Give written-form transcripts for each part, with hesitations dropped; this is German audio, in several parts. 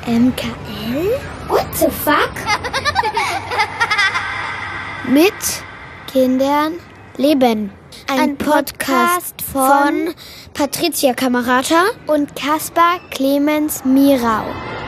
MKL? What the fuck? Mit Kindern leben. Ein Podcast von Patricia Kamerata und Kaspar Clemens Mirau.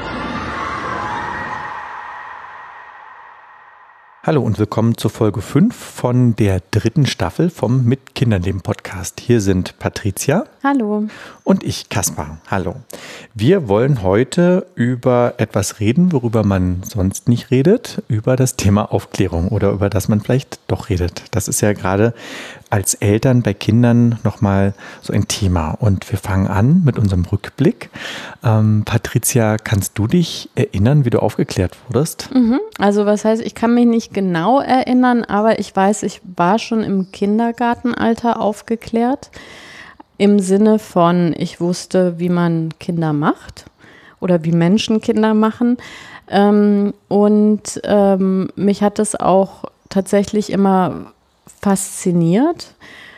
Hallo und willkommen zur Folge 5 von der 3. Staffel vom Mit Kindern leben Podcast. Hier sind Patricia. Hallo. Und ich, Kaspar. Hallo. Wir wollen heute über etwas reden, worüber man sonst nicht redet, über das Thema Aufklärung oder über das man vielleicht doch redet. Das ist ja gerade als Eltern bei Kindern nochmal so ein Thema. Und wir fangen an mit unserem Rückblick. Patricia, kannst du dich erinnern, wie du aufgeklärt wurdest? Also was heißt, ich kann mich nicht genau erinnern, aber ich weiß, ich war schon im Kindergartenalter aufgeklärt. Im Sinne von, ich wusste, wie man Kinder macht oder wie Menschen Kinder machen. Mich hat es auch tatsächlich immer fasziniert,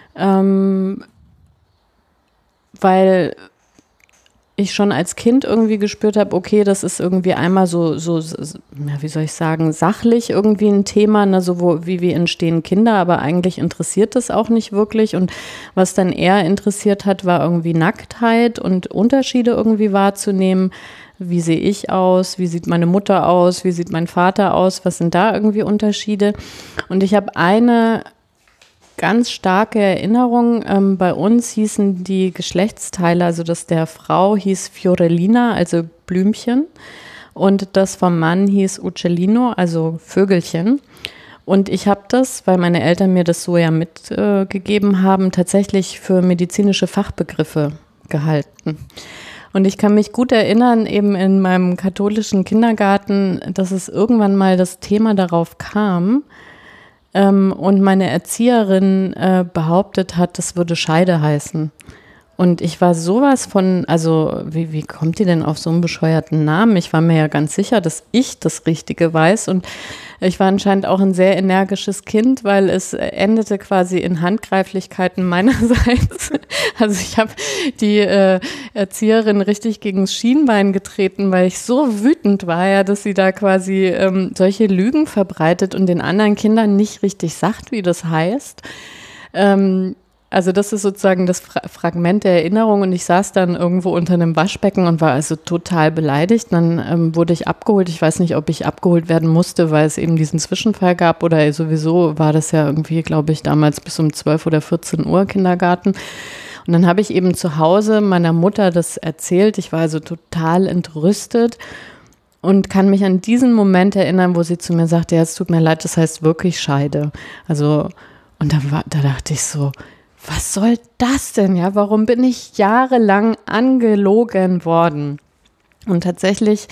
weil ich schon als Kind irgendwie gespürt habe, okay, das ist irgendwie einmal so, wie soll ich sagen, sachlich irgendwie ein Thema, ne, so wie entstehen Kinder, aber eigentlich interessiert das auch nicht wirklich. Und was dann eher interessiert hat, war irgendwie Nacktheit und Unterschiede irgendwie wahrzunehmen. Wie sehe ich aus? Wie sieht meine Mutter aus? Wie sieht mein Vater aus? Was sind da irgendwie Unterschiede? Und ich habe eine ganz starke Erinnerung. Bei uns hießen die Geschlechtsteile, also das der Frau hieß Fiorellina, also Blümchen, und das vom Mann hieß Uccellino, also Vögelchen. Und ich habe das, weil meine Eltern mir das so ja mitgegeben haben, tatsächlich für medizinische Fachbegriffe gehalten. Und ich kann mich gut erinnern, eben in meinem katholischen Kindergarten, dass es irgendwann mal das Thema darauf kam, und meine Erzieherin behauptet hat, das würde Scheide heißen. Und ich war sowas von, also wie kommt die denn auf so einen bescheuerten Namen? Ich war mir ja ganz sicher, dass ich das Richtige weiß. Und ich war anscheinend auch ein sehr energisches Kind, weil es endete quasi in Handgreiflichkeiten meinerseits. Also ich habe die Erzieherin richtig gegen das Schienbein getreten, weil ich so wütend war, ja, dass sie da quasi solche Lügen verbreitet und den anderen Kindern nicht richtig sagt, wie das heißt. Also das ist sozusagen das Fragment der Erinnerung, und ich saß dann irgendwo unter einem Waschbecken und war also total beleidigt. Dann wurde ich abgeholt. Ich weiß nicht, ob ich abgeholt werden musste, weil es eben diesen Zwischenfall gab, oder sowieso war das ja irgendwie, glaube ich, damals bis um 12 oder 14 Uhr Kindergarten. Und dann habe ich eben zu Hause meiner Mutter das erzählt. Ich war also total entrüstet und kann mich an diesen Moment erinnern, wo sie zu mir sagte, ja, es tut mir leid, das heißt wirklich Scheide. Also, und da dachte ich so, was soll das denn, ja? Warum bin ich jahrelang angelogen worden? Und tatsächlich,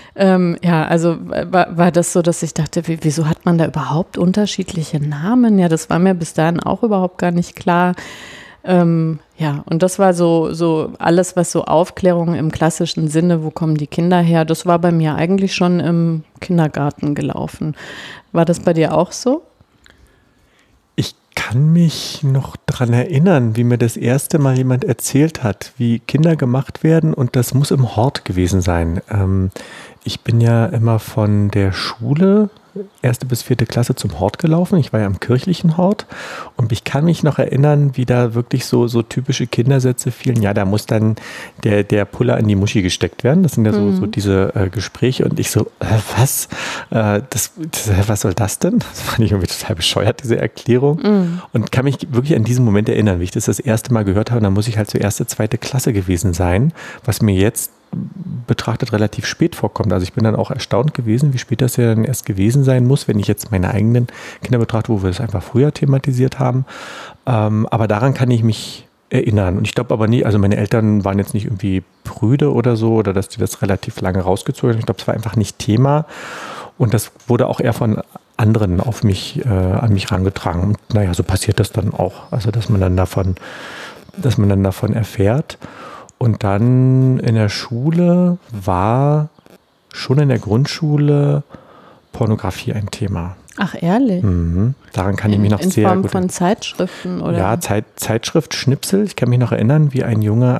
war das so, dass ich dachte, wieso hat man da überhaupt unterschiedliche Namen? Ja, das war mir bis dahin auch überhaupt gar nicht klar. Und das war so alles, was so Aufklärung im klassischen Sinne, wo kommen die Kinder her, das war bei mir eigentlich schon im Kindergarten gelaufen. War das bei dir auch so? Ich kann mich noch dran erinnern, wie mir das erste Mal jemand erzählt hat, wie Kinder gemacht werden, und das muss im Hort gewesen sein. Ich bin ja immer von der Schule 1. bis 4. Klasse zum Hort gelaufen. Ich war ja im kirchlichen Hort, und ich kann mich noch erinnern, wie da wirklich so typische Kindersätze fielen. Ja, da muss dann der Puller in die Muschi gesteckt werden. Das sind ja so diese Gespräche, und ich so, was? Was soll das denn? Das fand ich irgendwie total bescheuert, diese Erklärung. Und kann mich wirklich an diesen Moment erinnern, wie ich das erste Mal gehört habe. Und dann muss ich halt so 1., 2. Klasse gewesen sein, was mir jetzt betrachtet relativ spät vorkommt. Also ich bin dann auch erstaunt gewesen, wie spät das ja dann erst gewesen sein muss, wenn ich jetzt meine eigenen Kinder betrachte, wo wir es einfach früher thematisiert haben. Aber daran kann ich mich erinnern. Und ich glaube aber nie, also meine Eltern waren jetzt nicht irgendwie prüde oder so, oder dass die das relativ lange rausgezogen haben. Ich glaube, es war einfach nicht Thema. Und das wurde auch eher von anderen an mich herangetragen. Und naja, so passiert das dann auch. Also dass man dann davon erfährt. Und dann in der Schule war schon in der Grundschule Pornografie ein Thema. Ach, ehrlich? Daran kann ich mich noch sehr gut... In Form von Zeitschriften, oder? Ja, Zeitschriftschnipsel. Ich kann mich noch erinnern, wie ein Junge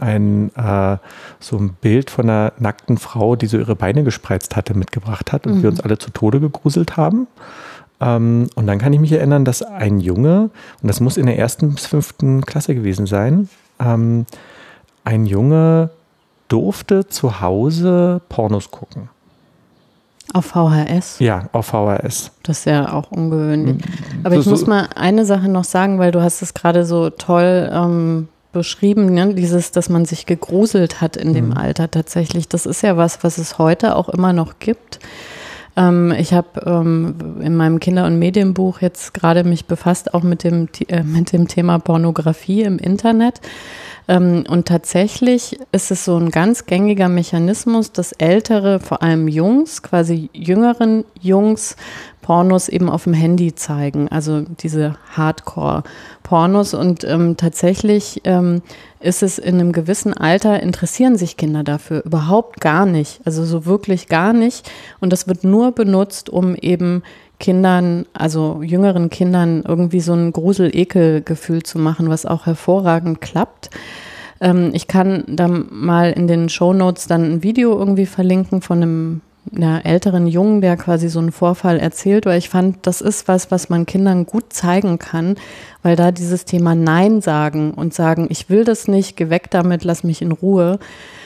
so ein Bild von einer nackten Frau, die so ihre Beine gespreizt hatte, mitgebracht hat und wir uns alle zu Tode gegruselt haben. Und dann kann ich mich erinnern, dass ein Junge, und das muss in der 1. bis 5. Klasse gewesen sein, ein Junge durfte zu Hause Pornos gucken. Auf VHS? Ja, auf VHS. Das ist ja auch ungewöhnlich. Aber ich muss mal eine Sache noch sagen, weil du hast es gerade so toll beschrieben, ne? Dass man sich gegruselt hat in dem Alter tatsächlich. Das ist ja was es heute auch immer noch gibt. Ich habe in meinem Kinder- und Medienbuch jetzt gerade mich befasst, auch mit dem Thema Pornografie im Internet. Und tatsächlich ist es so ein ganz gängiger Mechanismus, dass ältere, vor allem Jungs, quasi jüngeren Jungs, Pornos eben auf dem Handy zeigen, also diese Hardcore-Pornos. Und tatsächlich ist es in einem gewissen Alter, interessieren sich Kinder dafür überhaupt gar nicht, also so wirklich gar nicht. Und das wird nur benutzt, um eben Kindern, also jüngeren Kindern, irgendwie so ein Grusel-Ekel-Gefühl zu machen, was auch hervorragend klappt. Ich kann da mal in den Shownotes dann ein Video irgendwie verlinken von einem älteren Jungen, der quasi so einen Vorfall erzählt, weil ich fand, das ist was man Kindern gut zeigen kann, weil da dieses Thema Nein sagen und sagen, ich will das nicht, geh weg damit, lass mich in Ruhe,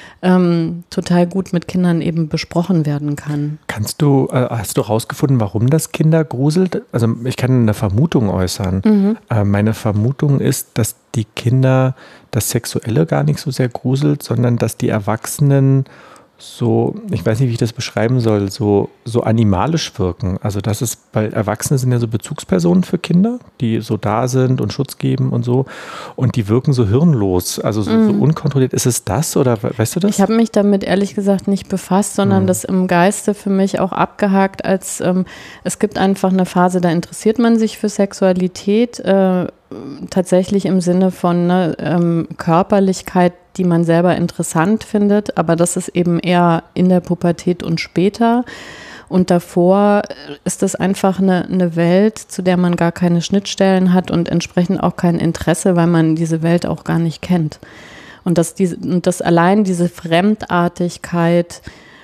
total gut mit Kindern eben besprochen werden kann. Hast du rausgefunden, warum das Kinder gruselt? Also ich kann eine Vermutung äußern. Meine Vermutung ist, dass die Kinder das Sexuelle gar nicht so sehr gruselt, sondern dass die Erwachsenen so, ich weiß nicht, wie ich das beschreiben soll, so animalisch wirken. Also das ist, weil Erwachsene sind ja so Bezugspersonen für Kinder, die so da sind und Schutz geben und so. Und die wirken so hirnlos, also so unkontrolliert. Ist es das oder weißt du das? Ich habe mich damit ehrlich gesagt nicht befasst, sondern das im Geiste für mich auch abgehakt, als es gibt einfach eine Phase, da interessiert man sich für Sexualität, tatsächlich im Sinne von Körperlichkeit, die man selber interessant findet, aber das ist eben eher in der Pubertät und später. Und davor ist es einfach eine Welt, zu der man gar keine Schnittstellen hat und entsprechend auch kein Interesse, weil man diese Welt auch gar nicht kennt. Und dass allein diese Fremdartigkeit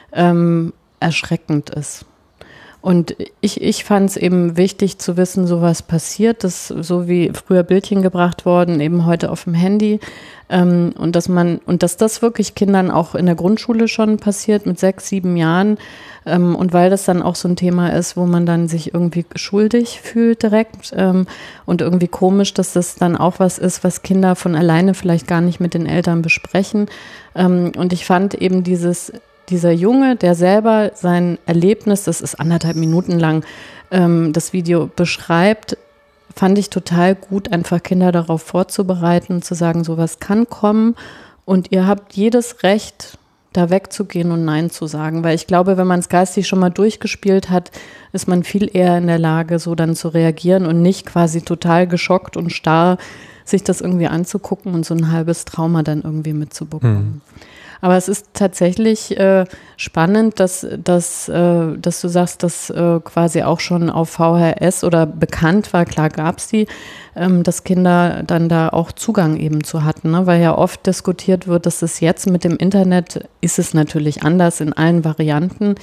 erschreckend ist. Und ich fand es eben wichtig zu wissen, sowas passiert, dass so wie früher Bildchen gebracht worden, eben heute auf dem Handy. Und dass das wirklich Kindern auch in der Grundschule schon passiert mit 6, 7 Jahren. Und weil das dann auch so ein Thema ist, wo man dann sich irgendwie schuldig fühlt direkt und irgendwie komisch, dass das dann auch was ist, was Kinder von alleine vielleicht gar nicht mit den Eltern besprechen. Und ich fand eben dieser Junge, der selber sein Erlebnis, das ist 1,5 Minuten lang, das Video beschreibt, fand ich total gut, einfach Kinder darauf vorzubereiten, zu sagen, sowas kann kommen und ihr habt jedes Recht, da wegzugehen und Nein zu sagen, weil ich glaube, wenn man es geistig schon mal durchgespielt hat, ist man viel eher in der Lage, so dann zu reagieren und nicht quasi total geschockt und starr sich das irgendwie anzugucken und so ein halbes Trauma dann irgendwie mitzubekommen. Aber es ist tatsächlich spannend, dass du sagst, dass quasi auch schon auf VHS oder bekannt war, klar gab es die, dass Kinder dann da auch Zugang eben zu hatten, ne? Weil ja oft diskutiert wird, dass es jetzt mit dem Internet ist es natürlich anders in allen Varianten.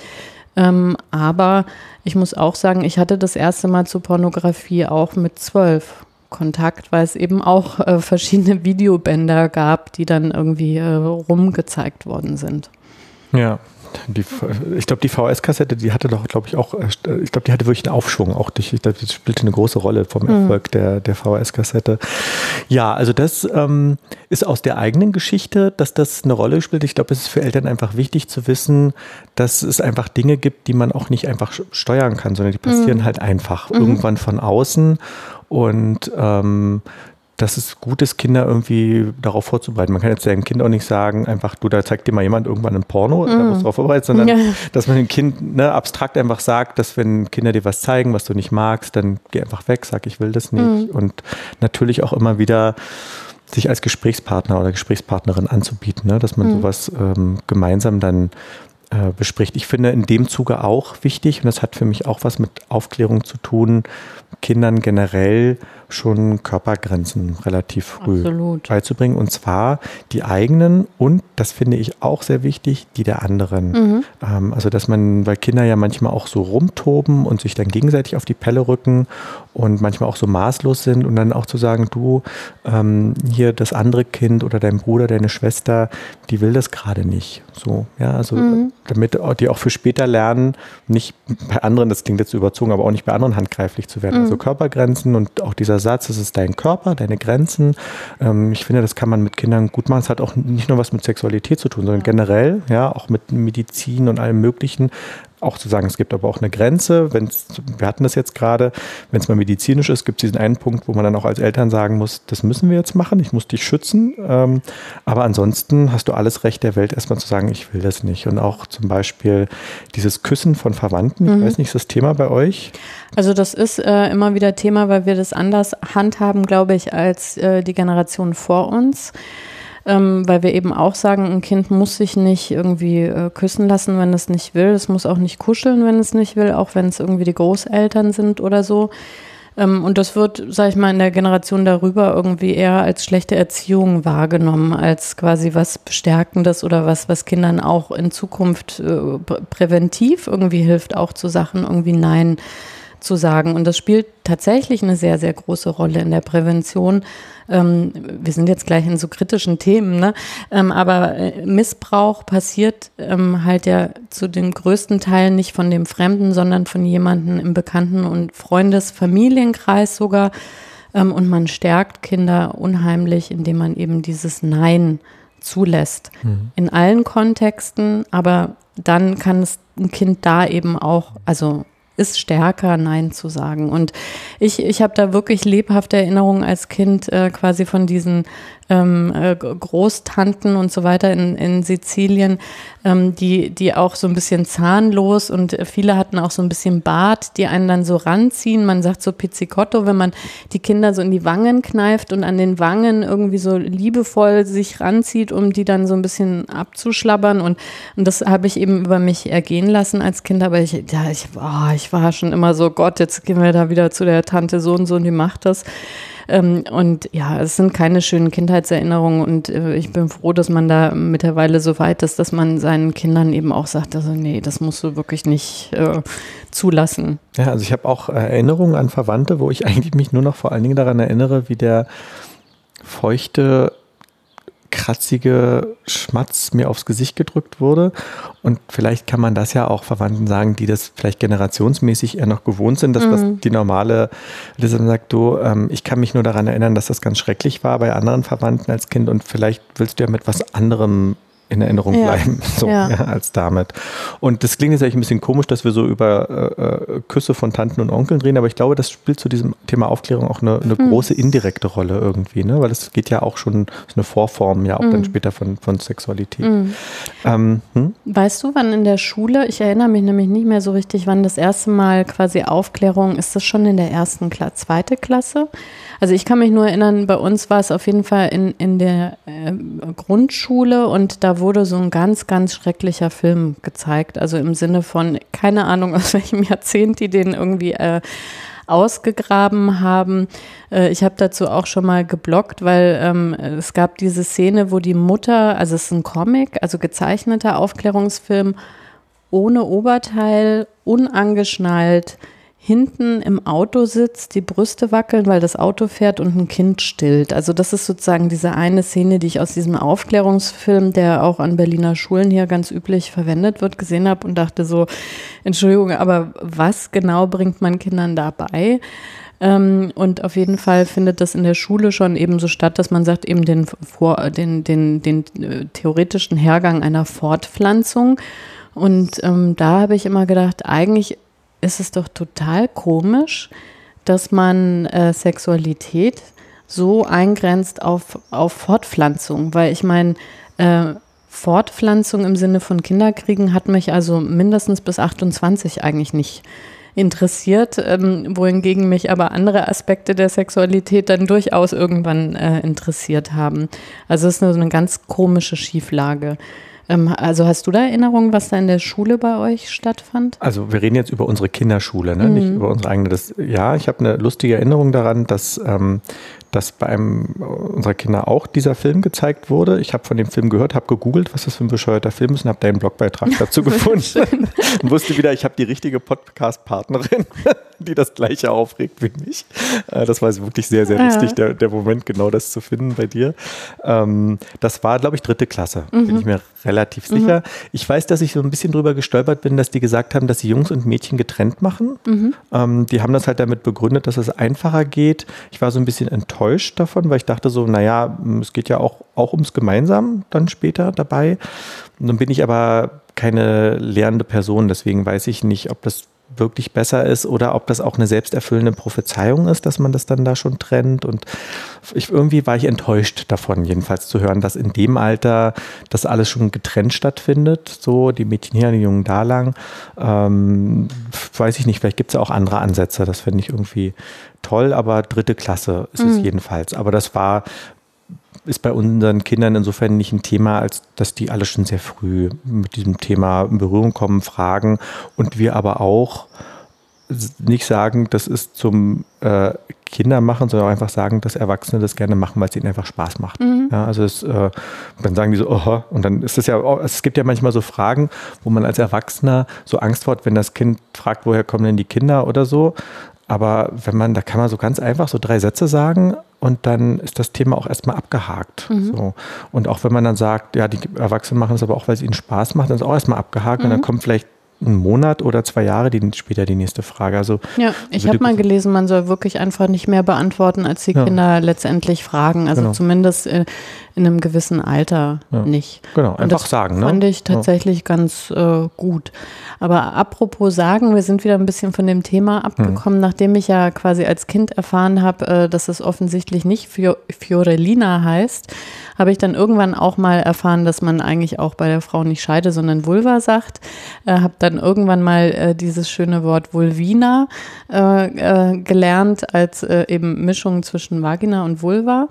Aber ich muss auch sagen, ich hatte das erste Mal zu Pornografie auch mit 12 Kontakt, weil es eben auch verschiedene Videobänder gab, die dann irgendwie rumgezeigt worden sind. Ja, ich glaube, die VHS-Kassette, die hatte doch, glaube ich, auch, ich glaube, die hatte wirklich einen Aufschwung. Auch die spielte eine große Rolle vom Erfolg der VHS-Kassette. Ja, also das ist aus der eigenen Geschichte, dass das eine Rolle spielt. Ich glaube, es ist für Eltern einfach wichtig zu wissen, dass es einfach Dinge gibt, die man auch nicht einfach steuern kann, sondern die passieren halt einfach irgendwann von außen. Und dass es gut ist, Kinder irgendwie darauf vorzubereiten. Man kann jetzt dem Kind auch nicht sagen, einfach, du, da zeigt dir mal jemand irgendwann ein Porno, da musst du darauf vorbereiten, sondern dass man dem Kind abstrakt einfach sagt, dass wenn Kinder dir was zeigen, was du nicht magst, dann geh einfach weg, sag, ich will das nicht. Und natürlich auch immer wieder sich als Gesprächspartner oder Gesprächspartnerin anzubieten, ne? Dass man sowas gemeinsam dann bespricht. Ich finde in dem Zuge auch wichtig, und das hat für mich auch was mit Aufklärung zu tun, Kindern generell schon Körpergrenzen relativ früh beizubringen, und zwar die eigenen und, das finde ich auch sehr wichtig, die der anderen. Also dass man, weil Kinder ja manchmal auch so rumtoben und sich dann gegenseitig auf die Pelle rücken und manchmal auch so maßlos sind, und dann auch zu sagen, du, hier das andere Kind oder dein Bruder, deine Schwester, die will das gerade nicht. So, ja, also damit die auch für später lernen, nicht bei anderen, das klingt jetzt überzogen, aber auch nicht bei anderen handgreiflich zu werden. Also Körpergrenzen und auch dieser Satz, das ist dein Körper, deine Grenzen. Ich finde, das kann man mit Kindern gut machen. Es hat auch nicht nur was mit Sexualität zu tun, sondern generell, ja, auch mit Medizin und allem Möglichen. Auch zu sagen, es gibt aber auch eine Grenze, wir hatten das jetzt gerade, wenn es mal medizinisch ist, gibt es diesen einen Punkt, wo man dann auch als Eltern sagen muss, das müssen wir jetzt machen, ich muss dich schützen, aber ansonsten hast du alles Recht der Welt, erstmal zu sagen, ich will das nicht. Und auch zum Beispiel dieses Küssen von Verwandten, ich weiß nicht, ist das Thema bei euch? Also das ist immer wieder Thema, weil wir das anders handhaben, glaube ich, als die Generation vor uns. Weil wir eben auch sagen, ein Kind muss sich nicht irgendwie küssen lassen, wenn es nicht will. Es muss auch nicht kuscheln, wenn es nicht will, auch wenn es irgendwie die Großeltern sind oder so. Und das wird, sag ich mal, in der Generation darüber irgendwie eher als schlechte Erziehung wahrgenommen, als quasi was Bestärkendes oder was Kindern auch in Zukunft präventiv irgendwie hilft, auch zu Sachen irgendwie Nein zu sagen. Und das spielt tatsächlich eine sehr, sehr große Rolle in der Prävention. Wir sind jetzt gleich in so kritischen Themen, ne? Aber Missbrauch passiert halt ja zu den größten Teilen nicht von dem Fremden, sondern von jemandem im Bekannten- und Familienkreis sogar. Und man stärkt Kinder unheimlich, indem man eben dieses Nein zulässt. In allen Kontexten, aber dann kann es ein Kind da eben auch, also ist stärker, Nein zu sagen. Und ich habe da wirklich lebhafte Erinnerungen als Kind quasi von diesen Großtanten und so weiter in Sizilien, die auch so ein bisschen zahnlos und viele hatten auch so ein bisschen Bart, die einen dann so ranziehen. Man sagt so Pizzicotto, wenn man die Kinder so in die Wangen kneift und an den Wangen irgendwie so liebevoll sich ranzieht, um die dann so ein bisschen abzuschlabbern. Und das habe ich eben über mich ergehen lassen als Kind. Aber ich war schon immer so, Gott, jetzt gehen wir da wieder zu der Tante so und so und die macht das. Und ja, es sind keine schönen Kindheitserinnerungen und ich bin froh, dass man da mittlerweile so weit ist, dass man seinen Kindern eben auch sagt, also nee, das musst du wirklich nicht zulassen. Ja, also ich habe auch Erinnerungen an Verwandte, wo ich eigentlich mich nur noch vor allen Dingen daran erinnere, wie der feuchte, kratzige Schmatz mir aufs Gesicht gedrückt wurde. Und vielleicht kann man das ja auch Verwandten sagen, die das vielleicht generationsmäßig eher noch gewohnt sind, dass das die normale, dass man sagt, du, ich kann mich nur daran erinnern, dass das ganz schrecklich war bei anderen Verwandten als Kind und vielleicht willst du ja mit was anderem in Erinnerung bleiben, als damit. Und das klingt jetzt eigentlich ein bisschen komisch, dass wir so über Küsse von Tanten und Onkeln reden, aber ich glaube, das spielt zu diesem Thema Aufklärung auch eine große indirekte Rolle irgendwie, ne? Weil es geht ja auch schon, ist eine Vorform ja auch dann später von Sexualität. Weißt du, wann in der Schule, ich erinnere mich nämlich nicht mehr so richtig, wann das erste Mal quasi Aufklärung, ist das schon in der ersten Klasse, zweite Klasse? Also ich kann mich nur erinnern, bei uns war es auf jeden Fall in der Grundschule und da wurde so ein ganz, ganz schrecklicher Film gezeigt. Also im Sinne von, keine Ahnung aus welchem Jahrzehnt die den irgendwie ausgegraben haben. Ich habe dazu auch schon mal gebloggt, weil es gab diese Szene, wo die Mutter, also es ist ein Comic, also gezeichneter Aufklärungsfilm, ohne Oberteil, unangeschnallt, hinten im Auto sitzt, die Brüste wackeln, weil das Auto fährt und ein Kind stillt. Also das ist sozusagen diese eine Szene, die ich aus diesem Aufklärungsfilm, der auch an Berliner Schulen hier ganz üblich verwendet wird, gesehen habe und dachte so, Entschuldigung, aber was genau bringt man Kindern dabei? Und auf jeden Fall findet das in der Schule schon eben so statt, dass man sagt, eben den theoretischen Hergang einer Fortpflanzung. Und da habe ich immer gedacht, eigentlich ist es doch total komisch, dass man Sexualität so eingrenzt auf Fortpflanzung, weil ich meine, Fortpflanzung im Sinne von Kinderkriegen hat mich also mindestens bis 28 eigentlich nicht interessiert, wohingegen mich aber andere Aspekte der Sexualität dann durchaus irgendwann interessiert haben. Also es ist eine ganz komische Schieflage. Also hast du da Erinnerungen, was da in der Schule bei euch stattfand? Also wir reden jetzt über unsere Kinderschule, ne? Nicht über unsere eigene. Ich habe eine lustige Erinnerung daran, dass bei einem unserer Kinder auch dieser Film gezeigt wurde. Ich habe von dem Film gehört, habe gegoogelt, was das für ein bescheuerter Film ist und habe deinen Blogbeitrag dazu gefunden und wusste wieder, ich habe die richtige Podcast-Partnerin, die das Gleiche aufregt wie mich. Das war wirklich sehr, sehr lustig, der Moment, genau das zu finden bei dir. Das war, glaube ich, 3. Klasse, bin ich mir relativ sicher. Ich weiß, dass ich so ein bisschen drüber gestolpert bin, dass die gesagt haben, dass sie Jungs und Mädchen getrennt machen. Die haben das halt damit begründet, dass es einfacher geht. Ich war so ein bisschen enttäuscht davon, weil ich dachte so, naja, es geht ja auch ums Gemeinsam dann später dabei. Und dann bin ich aber keine lehrende Person, deswegen weiß ich nicht, ob das wirklich besser ist oder ob das auch eine selbsterfüllende Prophezeiung ist, dass man das dann da schon trennt. Und irgendwie war ich enttäuscht davon, jedenfalls zu hören, dass in dem Alter das alles schon getrennt stattfindet. So, die Mädchen hier, die Jungen da lang. Weiß ich nicht, vielleicht gibt es ja auch andere Ansätze. Das finde ich irgendwie toll, aber 3. Klasse ist es jedenfalls. Aber das ist bei unseren Kindern insofern nicht ein Thema, als dass die alle schon sehr früh mit diesem Thema in Berührung kommen, fragen und wir aber auch nicht sagen, das ist zum Kindermachen, sondern auch einfach sagen, dass Erwachsene das gerne machen, weil es ihnen einfach Spaß macht. Ja, also dann sagen die so, oh, und dann ist es ja, es gibt ja manchmal so Fragen, wo man als Erwachsener so Angst vor hat, wenn das Kind fragt, woher kommen denn die Kinder oder so. Aber da kann man so ganz einfach so 3 Sätze sagen und dann ist das Thema auch erstmal abgehakt. So. Und auch wenn man dann sagt, ja, die Erwachsenen machen es aber auch, weil es ihnen Spaß macht, dann ist auch erstmal abgehakt und dann kommt vielleicht einen Monat oder 2 Jahre später die nächste Frage. Also, ja, ich habe mal gelesen, man soll wirklich einfach nicht mehr beantworten, als die Kinder letztendlich fragen. Also zumindest in einem gewissen Alter nicht. Genau, einfach sagen. Das fand ich tatsächlich ganz gut. Aber apropos sagen, wir sind wieder ein bisschen von dem Thema abgekommen, nachdem ich ja quasi als Kind erfahren habe, dass es offensichtlich nicht Fiorellina heißt, habe ich dann irgendwann auch mal erfahren, dass man eigentlich auch bei der Frau nicht Scheide, sondern Vulva sagt. Habe dann irgendwann mal dieses schöne Wort Vulvina gelernt als eben Mischung zwischen Vagina und Vulva.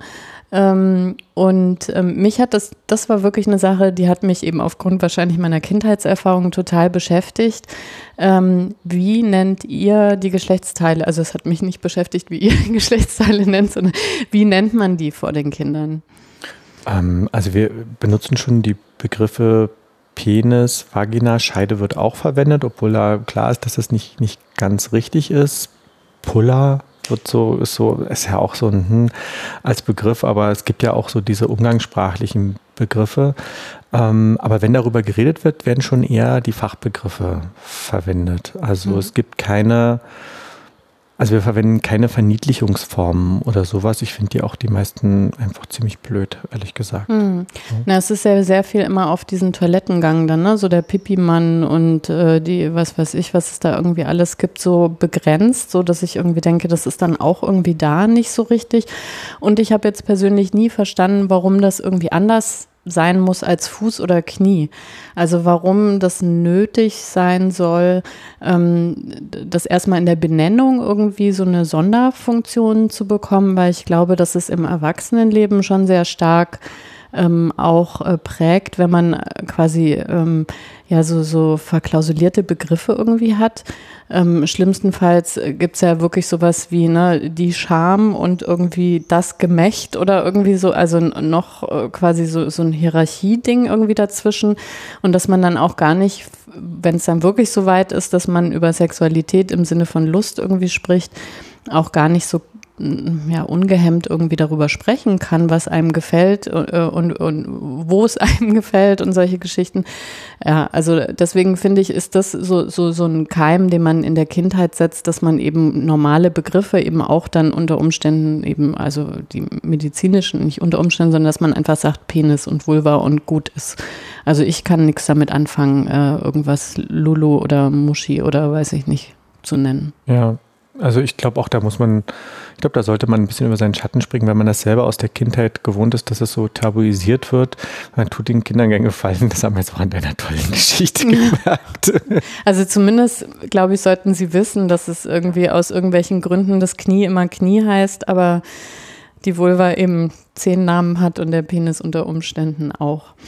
Mich hat das war wirklich eine Sache, die hat mich eben aufgrund wahrscheinlich meiner Kindheitserfahrung total beschäftigt. Wie nennt ihr die Geschlechtsteile? Also es hat mich nicht beschäftigt, wie ihr die Geschlechtsteile nennt, sondern wie nennt man die vor den Kindern? Also wir benutzen schon die Begriffe Penis, Vagina, Scheide wird auch verwendet, obwohl da klar ist, dass das nicht ganz richtig ist. Pulla ist ja auch so ein als Begriff, aber es gibt ja auch so diese umgangssprachlichen Begriffe. Aber wenn darüber geredet wird, werden schon eher die Fachbegriffe verwendet. Also es gibt wir verwenden keine Verniedlichungsformen oder sowas. Ich finde die meisten einfach ziemlich blöd, ehrlich gesagt. Na, es ist ja sehr viel immer auf diesen Toilettengang dann, ne? So der Pipi-Mann und die, was weiß ich, was es da irgendwie alles gibt, so begrenzt, so dass ich irgendwie denke, das ist dann auch irgendwie da nicht so richtig. Und ich habe jetzt persönlich nie verstanden, warum das irgendwie anders sein muss als Fuß oder Knie. Also warum das nötig sein soll, das erstmal in der Benennung irgendwie so eine Sonderfunktion zu bekommen, weil ich glaube, dass es im Erwachsenenleben schon sehr stark auch prägt, wenn man quasi so verklausulierte Begriffe irgendwie hat. Schlimmstenfalls gibt's ja wirklich sowas wie die Scham und irgendwie das Gemächt oder irgendwie so, also noch quasi so ein Hierarchieding irgendwie dazwischen und dass man dann auch gar nicht, wenn es dann wirklich so weit ist, dass man über Sexualität im Sinne von Lust irgendwie spricht, auch gar nicht so ungehemmt irgendwie darüber sprechen kann, was einem gefällt und wo es einem gefällt und solche Geschichten. Ja, also deswegen finde ich, ist das so ein Keim, den man in der Kindheit setzt, dass man eben normale Begriffe eben auch dann unter Umständen eben, also die medizinischen, nicht unter Umständen, sondern dass man einfach sagt Penis und Vulva und gut ist. Also ich kann nichts damit anfangen, irgendwas Lulu oder Muschi oder weiß ich nicht zu nennen. Ja. Also ich glaube auch, da sollte man ein bisschen über seinen Schatten springen, wenn man das selber aus der Kindheit gewohnt ist, dass es so tabuisiert wird. Man tut den Kindern gern Gefallen, das haben wir jetzt auch an deiner tollen Geschichte gemerkt. Also zumindest, glaube ich, sollten sie wissen, dass es irgendwie aus irgendwelchen Gründen das Knie immer Knie heißt, aber die Vulva eben 10 Namen hat und der Penis unter Umständen auch.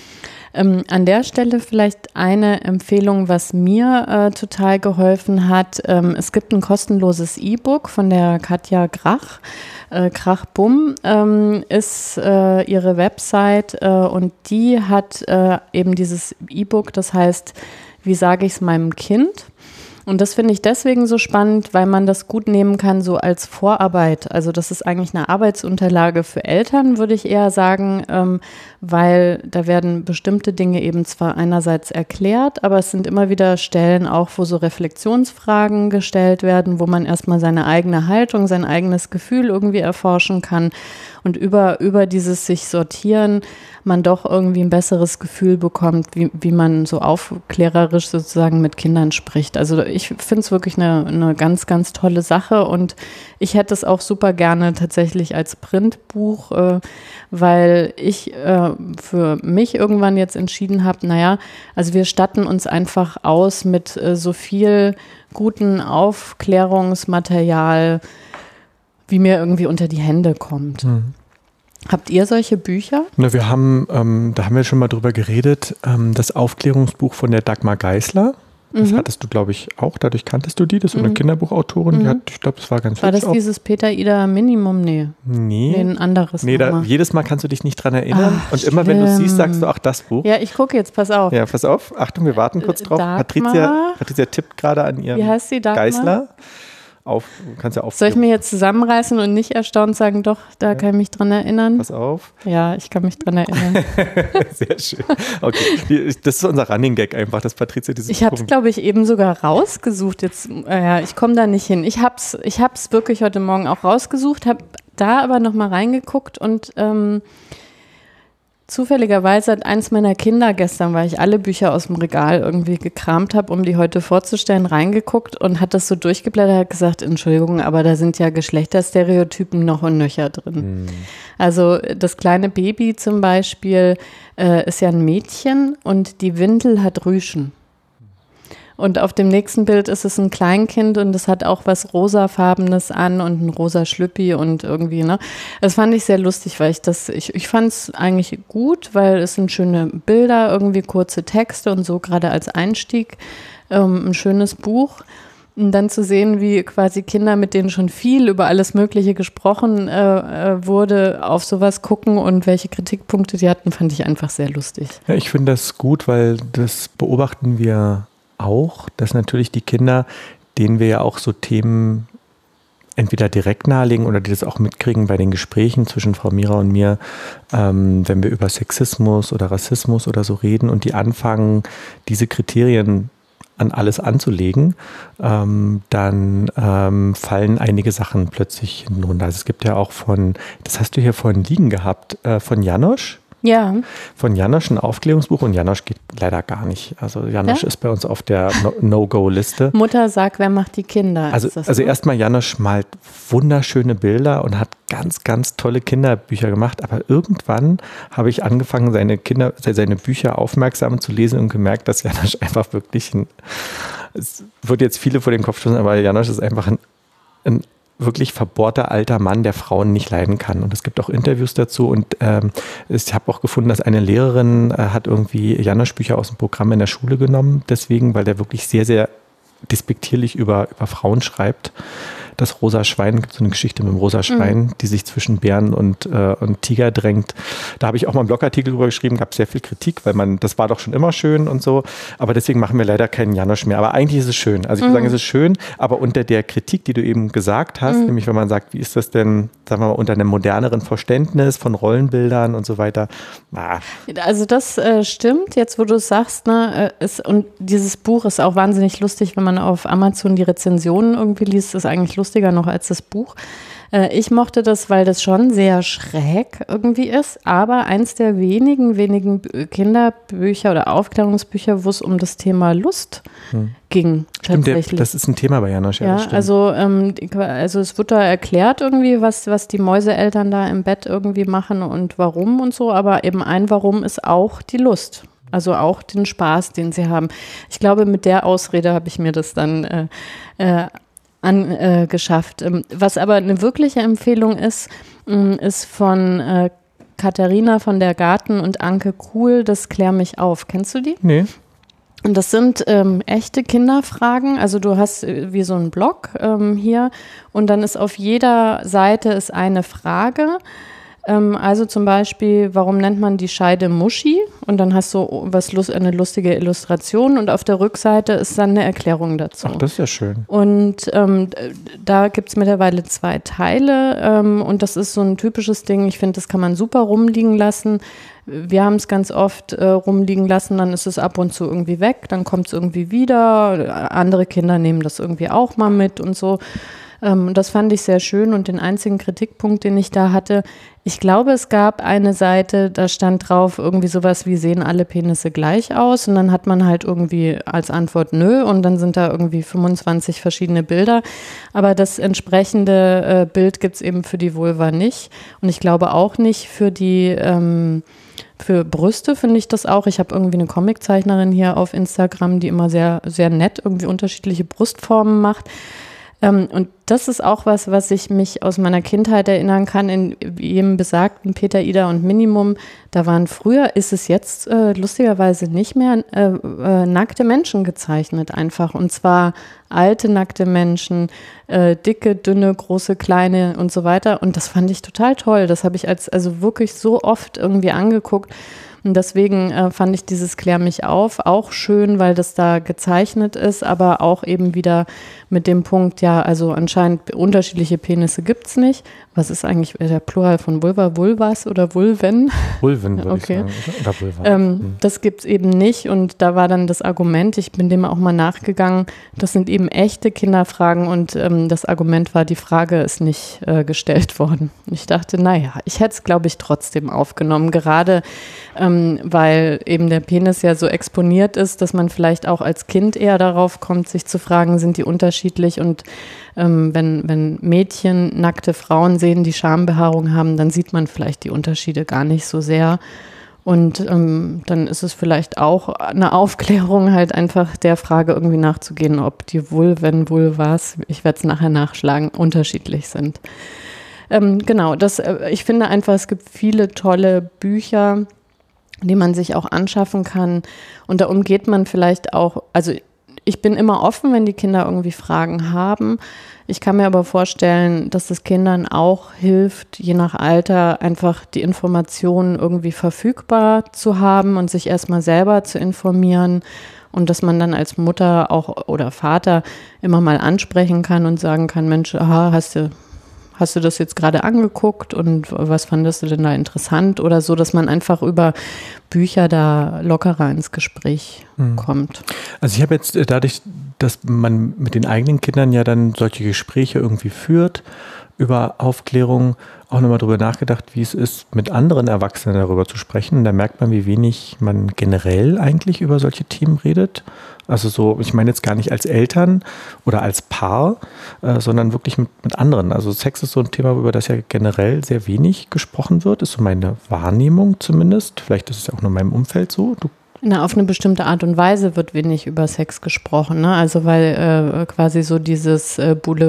An der Stelle vielleicht eine Empfehlung, was mir total geholfen hat. Es gibt ein kostenloses E-Book von der Katja Grach. Krach-Bumm ist ihre Website und die hat eben dieses E-Book, das heißt, wie sage ich es meinem Kind? Und das finde ich deswegen so spannend, weil man das gut nehmen kann so als Vorarbeit. Also das ist eigentlich eine Arbeitsunterlage für Eltern, würde ich eher sagen, weil da werden bestimmte Dinge eben zwar einerseits erklärt, aber es sind immer wieder Stellen auch, wo so Reflexionsfragen gestellt werden, wo man erstmal seine eigene Haltung, sein eigenes Gefühl irgendwie erforschen kann und über dieses sich sortieren man doch irgendwie ein besseres Gefühl bekommt, wie man so aufklärerisch sozusagen mit Kindern spricht. Also ich finde es wirklich eine ganz, ganz tolle Sache und ich hätte es auch super gerne tatsächlich als Printbuch, weil ich für mich irgendwann jetzt entschieden habe, also wir statten uns einfach aus mit so viel guten Aufklärungsmaterial, wie mir irgendwie unter die Hände kommt. Habt ihr solche Bücher? Na, wir haben, da haben wir schon mal drüber geredet, das Aufklärungsbuch von der Dagmar Geisler. Das hattest du, glaube ich, auch. Dadurch kanntest du die. Das ist so eine Kinderbuchautorin. Die hat, ich glaube, das war ganz War das auch dieses Peter-Ida Minimum? Nee, ein anderes. Nee, jedes Mal kannst du dich nicht dran erinnern. Ach, und immer, wenn du es siehst, sagst du, ach, das Buch. Ja, ich gucke jetzt, pass auf. Ja, pass auf. Achtung, wir warten kurz drauf. Patricia tippt gerade an ihrem Wie heißt sie, Dagmar? Geisler. Kannst ja Soll ich mir jetzt zusammenreißen und nicht erstaunt sagen, doch, da kann ich mich dran erinnern? Pass auf. Ja, ich kann mich dran erinnern. Sehr schön. Okay, das ist unser Running Gag einfach, dass Patricia dieses Ich habe es, glaube ich, eben sogar rausgesucht. Jetzt, ich komme da nicht hin. Ich hab's wirklich heute Morgen auch rausgesucht, habe da aber nochmal reingeguckt und zufälligerweise hat eins meiner Kinder gestern, weil ich alle Bücher aus dem Regal irgendwie gekramt habe, um die heute vorzustellen, reingeguckt und hat das so durchgeblättert, hat gesagt, Entschuldigung, aber da sind ja Geschlechterstereotypen noch und nöcher drin. Also das kleine Baby zum Beispiel ist ja ein Mädchen und die Windel hat Rüschen. Und auf dem nächsten Bild ist es ein Kleinkind und es hat auch was rosafarbenes an und ein rosa Schlüppi und irgendwie, Das fand ich sehr lustig, weil ich fand es eigentlich gut, weil es sind schöne Bilder, irgendwie kurze Texte und so gerade als Einstieg ein schönes Buch. Und dann zu sehen, wie quasi Kinder, mit denen schon viel über alles Mögliche gesprochen wurde, auf sowas gucken und welche Kritikpunkte die hatten, fand ich einfach sehr lustig. Ja, ich finde das gut, weil das beobachten wir auch, dass natürlich die Kinder, denen wir ja auch so Themen entweder direkt nahelegen oder die das auch mitkriegen bei den Gesprächen zwischen Frau Mira und mir, wenn wir über Sexismus oder Rassismus oder so reden und die anfangen, diese Kriterien an alles anzulegen, dann fallen einige Sachen plötzlich hinten runter. Also es gibt ja auch das hast du hier vorhin liegen gehabt, von Janosch. Ja. Von Janosch ein Aufklärungsbuch und Janosch geht leider gar nicht. Also Janosch ist bei uns auf der No-Go-Liste. Mutter sagt, wer macht die Kinder? Also erstmal Janosch malt wunderschöne Bilder und hat ganz, ganz tolle Kinderbücher gemacht, aber irgendwann habe ich angefangen, seine Bücher aufmerksam zu lesen und gemerkt, dass Janosch einfach wirklich es wird jetzt viele vor den Kopf stoßen, aber Janosch ist einfach ein wirklich verbohrter alter Mann, der Frauen nicht leiden kann. Und es gibt auch Interviews dazu und ich habe auch gefunden, dass eine Lehrerin hat irgendwie Janosch Bücher aus dem Programm in der Schule genommen, deswegen, weil der wirklich sehr, sehr despektierlich über Frauen schreibt. Das rosa Schwein, gibt so eine Geschichte mit dem rosa Schwein, die sich zwischen Bären und Tiger drängt. Da habe ich auch mal einen Blogartikel drüber geschrieben, gab sehr viel Kritik, weil das war doch schon immer schön und so. Aber deswegen machen wir leider keinen Janosch mehr. Aber eigentlich ist es schön. Also ich würde sagen, es ist schön, aber unter der Kritik, die du eben gesagt hast, nämlich wenn man sagt, wie ist das denn, sagen wir mal, unter einem moderneren Verständnis von Rollenbildern und so weiter. Also das stimmt, jetzt wo du es sagst, und dieses Buch ist auch wahnsinnig lustig, wenn man auf Amazon die Rezensionen irgendwie liest, ist eigentlich lustiger noch als das Buch. Ich mochte das, weil das schon sehr schräg irgendwie ist, aber eins der wenigen Kinderbücher oder Aufklärungsbücher, wo es um das Thema Lust ging. Stimmt, das ist ein Thema bei Janosch. Ja, also es wird da erklärt irgendwie, was die Mäuseeltern da im Bett irgendwie machen und warum und so, aber eben ein Warum ist auch die Lust. Also auch den Spaß, den sie haben. Ich glaube, mit der Ausrede habe ich mir das dann angeschafft. Was aber eine wirkliche Empfehlung ist von Katharina von der Garten und Anke Kuhl, das Klär mich auf. Kennst du die? Nee. Und das sind echte Kinderfragen. Also du hast wie so einen Blog hier und dann ist auf jeder Seite ist eine Frage. Also zum Beispiel, warum nennt man die Scheide Muschi? Und dann hast du eine lustige Illustration und auf der Rückseite ist dann eine Erklärung dazu. Ach, das ist ja schön. Und da gibt es mittlerweile 2 Teile und das ist so ein typisches Ding. Ich finde, das kann man super rumliegen lassen. Wir haben es ganz oft rumliegen lassen, dann ist es ab und zu irgendwie weg, dann kommt es irgendwie wieder. Andere Kinder nehmen das irgendwie auch mal mit und so. Das fand ich sehr schön und den einzigen Kritikpunkt, den ich da hatte, ich glaube, es gab eine Seite, da stand drauf irgendwie sowas wie, sehen alle Penisse gleich aus? Und dann hat man halt irgendwie als Antwort nö und dann sind da irgendwie 25 verschiedene Bilder. Aber das entsprechende Bild gibt es eben für die Vulva nicht. Und ich glaube auch nicht für die für Brüste finde ich das auch. Ich habe irgendwie eine Comiczeichnerin hier auf Instagram, die immer sehr, sehr nett irgendwie unterschiedliche Brustformen macht. Und das ist auch was ich mich aus meiner Kindheit erinnern kann, in jedem besagten Peter, Ida und Minimum. Da waren früher, ist es jetzt lustigerweise nicht mehr, nackte Menschen gezeichnet einfach. Und zwar alte nackte Menschen, dicke, dünne, große, kleine und so weiter. Und das fand ich total toll. Das habe ich also wirklich so oft irgendwie angeguckt. Und deswegen fand ich dieses Klär mich auf auch schön, weil das da gezeichnet ist, aber auch eben wieder mit dem Punkt, ja, also anscheinend unterschiedliche Penisse gibt es nicht. Was ist eigentlich der Plural von Vulva? Vulvas oder Vulven? Vulven, würde okay. Ich sagen. Oder Vulva. Das gibt es eben nicht und da war dann das Argument, ich bin dem auch mal nachgegangen, das sind eben echte Kinderfragen und das Argument war, die Frage ist nicht gestellt worden. Ich dachte, naja, ich hätte es, glaube ich, trotzdem aufgenommen, gerade weil eben der Penis ja so exponiert ist, dass man vielleicht auch als Kind eher darauf kommt, sich zu fragen, sind die unterschiedlich und wenn Mädchen nackte Frauen sehen, die Schambehaarung haben, dann sieht man vielleicht die Unterschiede gar nicht so sehr. Und dann ist es vielleicht auch eine Aufklärung, halt einfach der Frage irgendwie nachzugehen, ob die Vulvas, ich werde es nachher nachschlagen, unterschiedlich sind. Genau, ich finde einfach, es gibt viele tolle Bücher, die man sich auch anschaffen kann. Und da umgeht man vielleicht auch, also ich bin immer offen, wenn die Kinder irgendwie Fragen haben. Ich kann mir aber vorstellen, dass es Kindern auch hilft, je nach Alter einfach die Informationen irgendwie verfügbar zu haben und sich erstmal selber zu informieren und dass man dann als Mutter auch oder Vater immer mal ansprechen kann und sagen kann, Mensch, aha, hast du das jetzt gerade angeguckt und was fandest du denn da interessant oder so, dass man einfach über Bücher da lockerer ins Gespräch kommt. Also ich habe jetzt dadurch, dass man mit den eigenen Kindern ja dann solche Gespräche irgendwie führt, über Aufklärung auch nochmal drüber nachgedacht, wie es ist, mit anderen Erwachsenen darüber zu sprechen. Da merkt man, wie wenig man generell eigentlich über solche Themen redet. Also so, ich meine jetzt gar nicht als Eltern oder als Paar, sondern wirklich mit anderen. Also Sex ist so ein Thema, über das ja generell sehr wenig gesprochen wird, ist so meine Wahrnehmung zumindest. Vielleicht ist es ja auch nur in meinem Umfeld so. Auf eine bestimmte Art und Weise wird wenig über Sex gesprochen, ne? Also weil quasi so dieses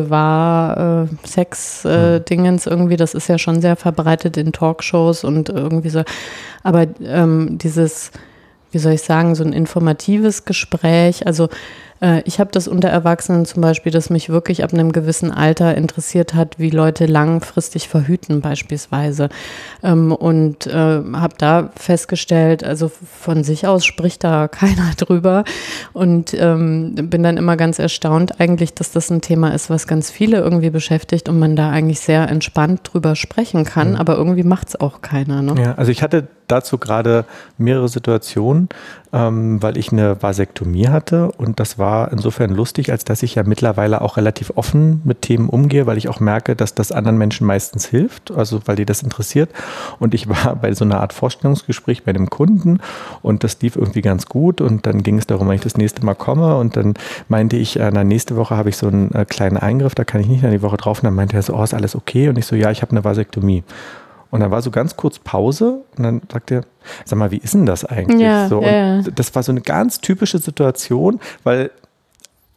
Boulevard-Sex-Dingens irgendwie, das ist ja schon sehr verbreitet in Talkshows und irgendwie so. Aber dieses, wie soll ich sagen, so ein informatives Gespräch, also ich habe das unter Erwachsenen zum Beispiel, dass mich wirklich ab einem gewissen Alter interessiert hat, wie Leute langfristig verhüten beispielsweise. Und habe da festgestellt, also von sich aus spricht da keiner drüber. Und bin dann immer ganz erstaunt eigentlich, dass das ein Thema ist, was ganz viele irgendwie beschäftigt und man da eigentlich sehr entspannt drüber sprechen kann. Aber irgendwie macht es auch keiner. Ne? Ja, also ich hatte dazu gerade mehrere Situationen, weil ich eine Vasektomie hatte und das war insofern lustig, als dass ich ja mittlerweile auch relativ offen mit Themen umgehe, weil ich auch merke, dass das anderen Menschen meistens hilft, also weil die das interessiert und ich war bei so einer Art Vorstellungsgespräch bei einem Kunden und das lief irgendwie ganz gut und dann ging es darum, wenn ich das nächste Mal komme und dann meinte ich, nächste Woche habe ich so einen kleinen Eingriff, da kann ich nicht die Woche drauf und dann meinte er so, oh, ist alles okay und ich so, ja, ich habe eine Vasektomie. Und dann war so ganz kurz Pause und dann sagte er, sag mal, wie ist denn das eigentlich? Ja, so, und das war so eine ganz typische Situation, weil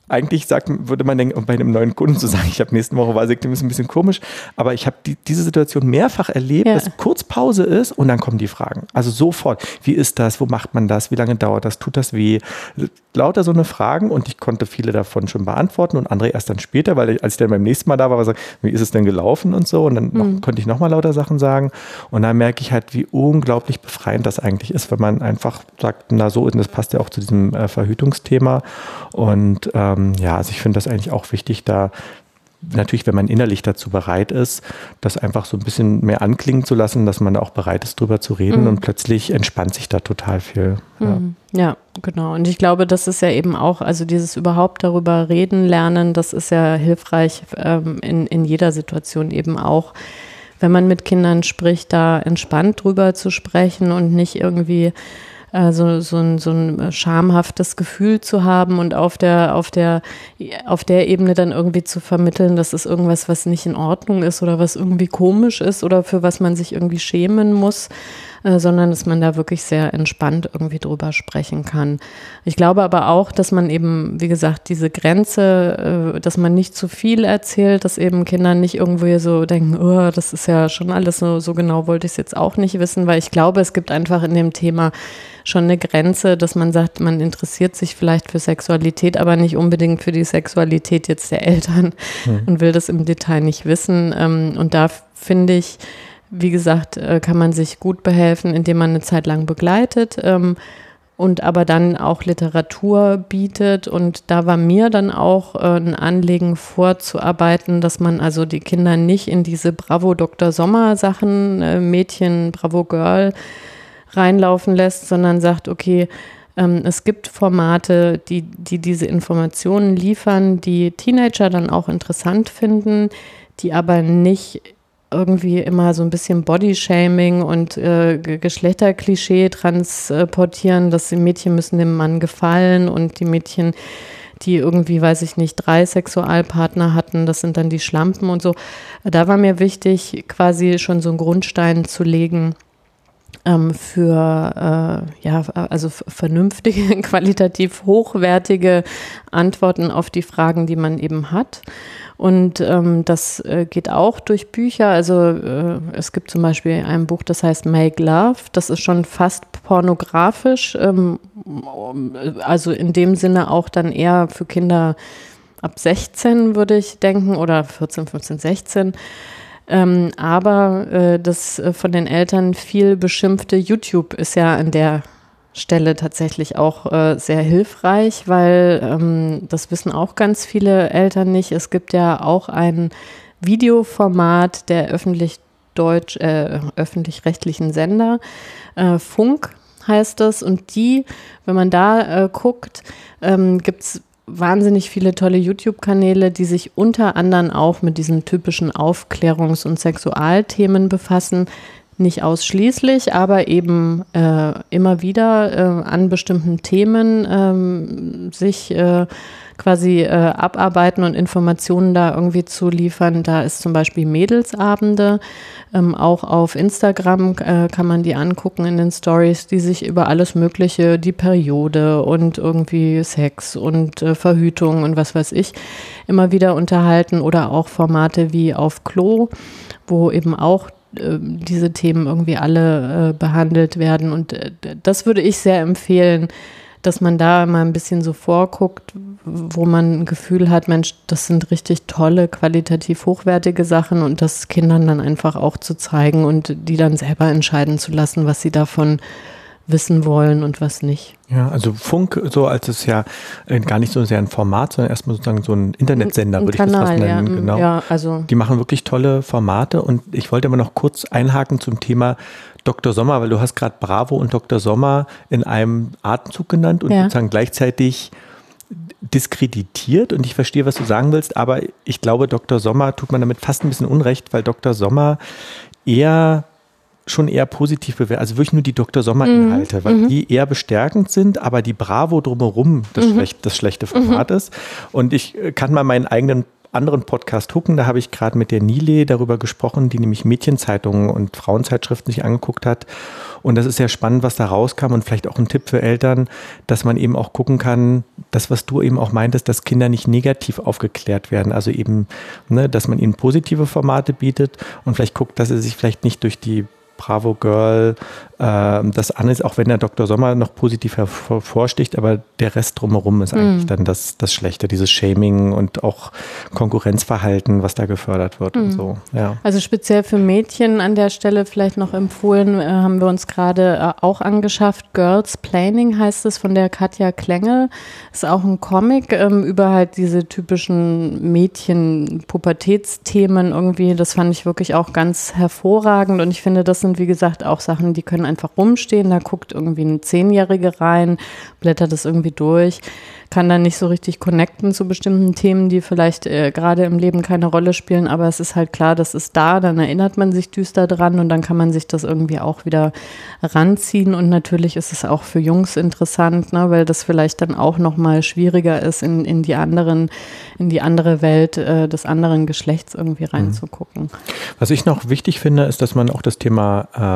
eigentlich würde man denken, bei einem neuen Kunden zu sagen, ich habe nächste Woche Vasektomie, ist ein bisschen komisch, aber ich habe diese Situation mehrfach erlebt, dass kurz Pause ist und dann kommen die Fragen. Also sofort, wie ist das, wo macht man das, wie lange dauert das, tut das weh? Lauter so eine Fragen und ich konnte viele davon schon beantworten und andere erst dann später, weil als ich dann beim nächsten Mal da war, war wie ist es denn gelaufen und so und dann konnte ich nochmal lauter Sachen sagen und dann merke ich halt, wie unglaublich befreiend das eigentlich ist, wenn man einfach sagt, na so, und das passt ja auch zu diesem Verhütungsthema und also ich finde das eigentlich auch wichtig, da natürlich, wenn man innerlich dazu bereit ist, das einfach so ein bisschen mehr anklingen zu lassen, dass man da auch bereit ist, drüber zu reden und plötzlich entspannt sich da total viel. Ja, genau. Und ich glaube, das ist ja eben auch, also dieses überhaupt darüber reden lernen, das ist ja hilfreich in jeder Situation eben auch, wenn man mit Kindern spricht, da entspannt drüber zu sprechen und nicht irgendwie so ein schamhaftes Gefühl zu haben und auf der Ebene dann irgendwie zu vermitteln, dass es irgendwas, was nicht in Ordnung ist oder was irgendwie komisch ist oder für was man sich irgendwie schämen muss, sondern dass man da wirklich sehr entspannt irgendwie drüber sprechen kann. Ich glaube aber auch, dass man eben, wie gesagt, diese Grenze, dass man nicht zu viel erzählt, dass eben Kinder nicht irgendwo so denken, oh, das ist ja schon alles so genau wollte ich es jetzt auch nicht wissen, weil ich glaube, es gibt einfach in dem Thema schon eine Grenze, dass man sagt, man interessiert sich vielleicht für Sexualität, aber nicht unbedingt für die Sexualität jetzt der Eltern und will das im Detail nicht wissen. Und da finde ich, wie gesagt, kann man sich gut behelfen, indem man eine Zeit lang begleitet und aber dann auch Literatur bietet. Und da war mir dann auch ein Anliegen vorzuarbeiten, dass man also die Kinder nicht in diese Bravo Dr. Sommer Sachen, Mädchen, Bravo Girl reinlaufen lässt, sondern sagt, okay, es gibt Formate, die diese Informationen liefern, die Teenager dann auch interessant finden, die aber nicht irgendwie immer so ein bisschen Bodyshaming und Geschlechterklischee transportieren, dass die Mädchen müssen dem Mann gefallen und die Mädchen, die irgendwie, weiß ich nicht, 3 Sexualpartner hatten, das sind dann die Schlampen und so. Da war mir wichtig, quasi schon so einen Grundstein zu legen, für also vernünftige, qualitativ hochwertige Antworten auf die Fragen, die man eben hat. Und das geht auch durch Bücher. Also es gibt zum Beispiel ein Buch, das heißt Make Love. Das ist schon fast pornografisch, also in dem Sinne auch dann eher für Kinder ab 16, würde ich denken, oder 14, 15, 16. Aber das von den Eltern viel beschimpfte YouTube ist ja an der Stelle tatsächlich auch sehr hilfreich, weil das wissen auch ganz viele Eltern nicht. Es gibt ja auch ein Videoformat der öffentlich-rechtlichen Sender, Funk heißt das, und wenn man da guckt, gibt es wahnsinnig viele tolle YouTube-Kanäle, die sich unter anderem auch mit diesen typischen Aufklärungs- und Sexualthemen befassen. Nicht ausschließlich, aber eben immer wieder an bestimmten Themen sich quasi abarbeiten und Informationen da irgendwie zu liefern. Da ist zum Beispiel Mädelsabende, auch auf Instagram kann man die angucken in den Stories, die sich über alles Mögliche, die Periode und irgendwie Sex und Verhütung und was weiß ich, immer wieder unterhalten, oder auch Formate wie auf Klo, wo eben auch diese Themen irgendwie alle behandelt werden. Und das würde ich sehr empfehlen, dass man da mal ein bisschen so vorguckt, wo man ein Gefühl hat, Mensch, das sind richtig tolle, qualitativ hochwertige Sachen, und das Kindern dann einfach auch zu zeigen und die dann selber entscheiden zu lassen, was sie davon wissen wollen und was nicht. Ja, also Funk, so als es ja gar nicht so sehr ein Format, sondern erstmal sozusagen so ein Internetsender, würde ich das fast nennen. Ja, genau. Ja, also die machen wirklich tolle Formate, und ich wollte aber noch kurz einhaken zum Thema Dr. Sommer, weil du hast gerade Bravo und Dr. Sommer in einem Atemzug genannt und sozusagen gleichzeitig diskreditiert, und ich verstehe, was du sagen willst, aber ich glaube, Dr. Sommer tut man damit fast ein bisschen Unrecht, weil Dr. Sommer schon eher positiv bewertet, also wirklich nur die Dr. Sommer-Inhalte, weil die eher bestärkend sind, aber die Bravo drumherum das schlechte Format ist. Und ich kann mal meinen eigenen anderen Podcast gucken. Da habe ich gerade mit der Nile darüber gesprochen, die nämlich Mädchenzeitungen und Frauenzeitschriften sich angeguckt hat. Und das ist sehr spannend, was da rauskam und vielleicht auch ein Tipp für Eltern, dass man eben auch gucken kann, das, was du eben auch meintest, dass Kinder nicht negativ aufgeklärt werden. Also eben, ne, dass man ihnen positive Formate bietet und vielleicht guckt, dass sie sich vielleicht nicht durch die Bravo Girl, das an ist, auch wenn der Dr. Sommer noch positiv hervorsticht, aber der Rest drumherum ist eigentlich dann das Schlechte, dieses Shaming und auch Konkurrenzverhalten, was da gefördert wird und so. Ja. Also speziell für Mädchen an der Stelle vielleicht noch empfohlen, haben wir uns gerade auch angeschafft. Girls Planning heißt es, von der Katja Klenge. Ist auch ein Comic über halt diese typischen Mädchen-Pubertätsthemen irgendwie. Das fand ich wirklich auch ganz hervorragend und ich finde, das sind wie gesagt auch Sachen, die können einfach rumstehen. Da guckt irgendwie eine 10-Jährige rein, blättert das irgendwie durch, kann dann nicht so richtig connecten zu bestimmten Themen, die vielleicht gerade im Leben keine Rolle spielen, aber es ist halt klar, das ist da, dann erinnert man sich düster dran und dann kann man sich das irgendwie auch wieder ranziehen und natürlich ist es auch für Jungs interessant, ne, weil das vielleicht dann auch nochmal schwieriger ist, in die andere Welt des anderen Geschlechts irgendwie reinzugucken. Was ich noch wichtig finde, ist, dass man auch das Thema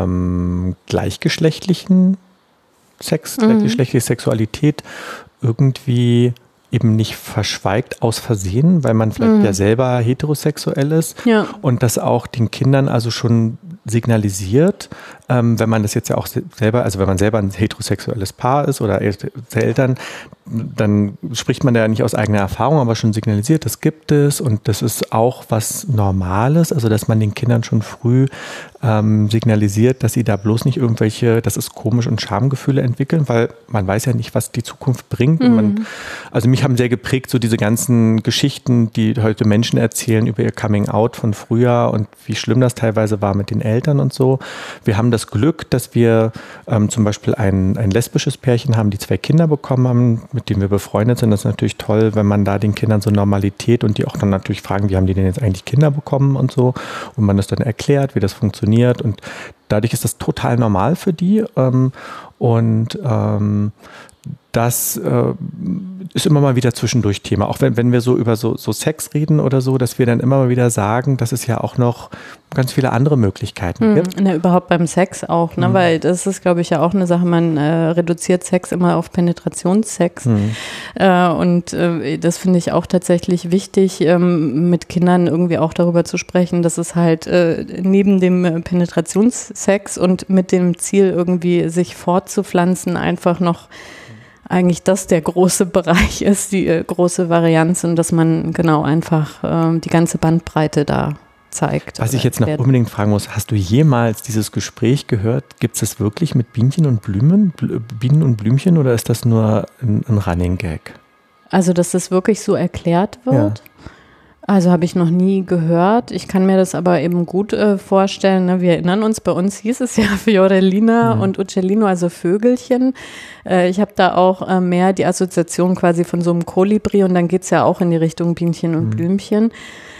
gleichgeschlechtlichen Sex, gleichgeschlechtliche Sexualität irgendwie eben nicht verschweigt aus Versehen, weil man vielleicht ja selber heterosexuell ist und das auch den Kindern also schon signalisiert, wenn man das jetzt ja auch selber, also wenn man selber ein heterosexuelles Paar ist oder Eltern, dann spricht man da ja nicht aus eigener Erfahrung, aber schon signalisiert, das gibt es und das ist auch was Normales, also dass man den Kindern schon früh signalisiert, dass sie da bloß nicht irgendwelche, das ist komisch und Schamgefühle entwickeln, weil man weiß ja nicht, was die Zukunft bringt. Und also mich haben sehr geprägt so diese ganzen Geschichten, die heute Menschen erzählen über ihr Coming Out von früher und wie schlimm das teilweise war mit den Eltern und so. Wir haben das Glück, dass wir zum Beispiel ein lesbisches Pärchen haben, die 2 Kinder bekommen haben, mit denen wir befreundet sind. Das ist natürlich toll, wenn man da den Kindern so Normalität und die auch dann natürlich fragen, wie haben die denn jetzt eigentlich Kinder bekommen und so und man das dann erklärt, wie das funktioniert und dadurch ist das total normal für die das ist immer mal wieder zwischendurch Thema, auch wenn wir so über so Sex reden oder so, dass wir dann immer mal wieder sagen, dass es ja auch noch ganz viele andere Möglichkeiten gibt. Ne, überhaupt beim Sex auch, ne? Weil das ist, glaube ich, ja auch eine Sache, man reduziert Sex immer auf Penetrationssex und das finde ich auch tatsächlich wichtig, mit Kindern irgendwie auch darüber zu sprechen, dass es halt neben dem Penetrationssex und mit dem Ziel irgendwie sich fortzupflanzen einfach noch eigentlich das der große Bereich ist, die große Varianz und dass man genau einfach die ganze Bandbreite da zeigt. Was ich jetzt noch unbedingt fragen muss, hast du jemals dieses Gespräch gehört? Gibt es das wirklich mit Bienen und Blümchen oder ist das nur ein Running Gag? Also, dass das wirklich so erklärt wird? Ja. Also habe ich noch nie gehört. Ich kann mir das aber eben gut vorstellen. Ne? Wir erinnern uns, bei uns hieß es ja Fiorellina und Uccellino, also Vögelchen. Ich habe da auch mehr die Assoziation quasi von so einem Kolibri und dann geht es ja auch in die Richtung Bienchen und Blümchen.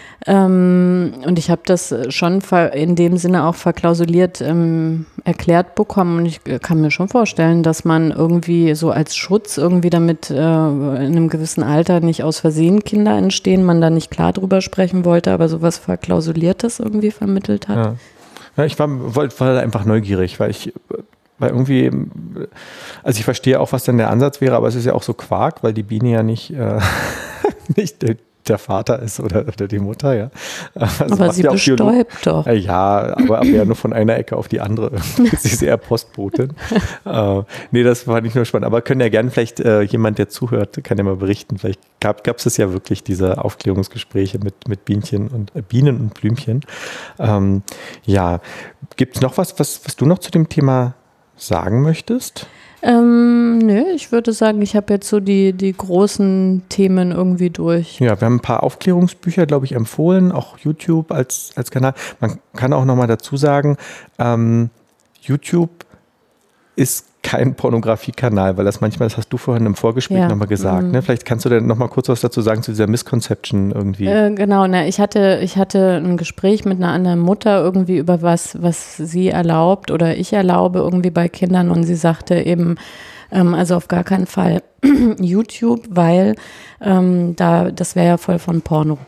Und ich habe das schon in dem Sinne auch verklausuliert erklärt bekommen und ich kann mir schon vorstellen, dass man irgendwie so als Schutz irgendwie damit in einem gewissen Alter nicht aus Versehen Kinder entstehen, man da nicht klar drüber sprechen wollte, aber sowas Verklausuliertes irgendwie vermittelt hat. Ja, ich war einfach neugierig, weil irgendwie, also ich verstehe auch, was dann der Ansatz wäre, aber es ist ja auch so Quark, weil die Biene ja nicht der Vater ist oder die Mutter, ja. Also aber sie bestäubt doch. Ja, aber ja nur von einer Ecke auf die andere. Sie ist eher Postbotin. Nee, das war nicht nur spannend. Aber können ja gerne vielleicht jemand, der zuhört, kann ja mal berichten. Vielleicht gab es ja wirklich diese Aufklärungsgespräche mit Bienen und Blümchen. Ja, gibt es noch was du noch zu dem Thema sagen möchtest? Nö, ich würde sagen, ich habe jetzt so die großen Themen irgendwie durch. Ja, wir haben ein paar Aufklärungsbücher, glaube ich, empfohlen, auch YouTube als Kanal. Man kann auch nochmal dazu sagen, YouTube ist kein Pornografie-Kanal, weil das hast du vorhin im Vorgespräch nochmal gesagt. Ne? Vielleicht kannst du dann nochmal kurz was dazu sagen zu dieser Misconception irgendwie. Genau, ich hatte ein Gespräch mit einer anderen Mutter irgendwie über was sie erlaubt oder ich erlaube irgendwie bei Kindern und sie sagte eben, also auf gar keinen Fall YouTube, weil das wäre ja voll von Porno.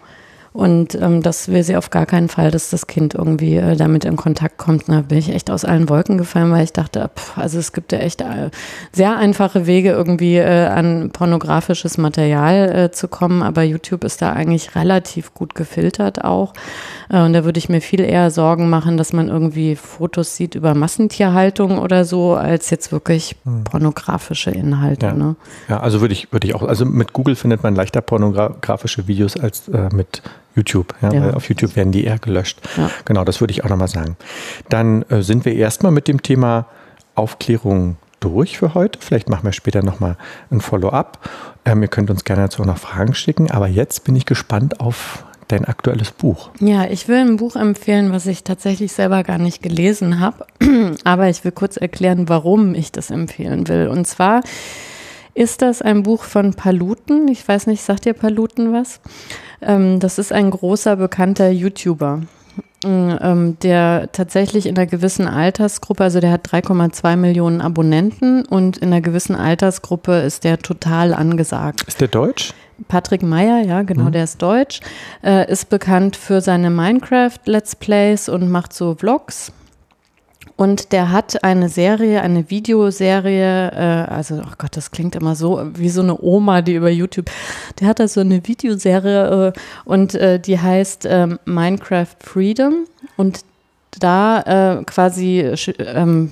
Und das will sie auf gar keinen Fall, dass das Kind irgendwie damit in Kontakt kommt. Da bin ich echt aus allen Wolken gefallen, weil ich dachte, also es gibt ja echt sehr einfache Wege, irgendwie an pornografisches Material zu kommen. Aber YouTube ist da eigentlich relativ gut gefiltert auch. Und da würde ich mir viel eher Sorgen machen, dass man irgendwie Fotos sieht über Massentierhaltung oder so, als jetzt wirklich pornografische Inhalte. Ja, ne? ja, also würde ich auch, also mit Google findet man leichter pornografische Videos als mit YouTube, weil auf YouTube werden die eher gelöscht. Ja. Genau, das würde ich auch nochmal sagen. Dann sind wir erstmal mit dem Thema Aufklärung durch für heute. Vielleicht machen wir später nochmal ein Follow-up. Ihr könnt uns gerne dazu auch noch Fragen schicken, aber jetzt bin ich gespannt auf dein aktuelles Buch. Ja, ich will ein Buch empfehlen, was ich tatsächlich selber gar nicht gelesen habe, aber ich will kurz erklären, warum ich das empfehlen will. Und zwar ist das ein Buch von Paluten. Ich weiß nicht, sagt dir Paluten was? Das ist ein großer, bekannter YouTuber, der tatsächlich in einer gewissen Altersgruppe, also der hat 3,2 Millionen Abonnenten und in einer gewissen Altersgruppe ist der total angesagt. Ist der deutsch? Patrick Meyer, ja genau, der ist deutsch, ist bekannt für seine Minecraft-Let's Plays und macht so Vlogs. Und der hat eine Serie, eine Videoserie, also, oh Gott, das klingt immer so wie so eine Oma, die über YouTube, der hat da so eine Videoserie und die heißt Minecraft Freedom und da wird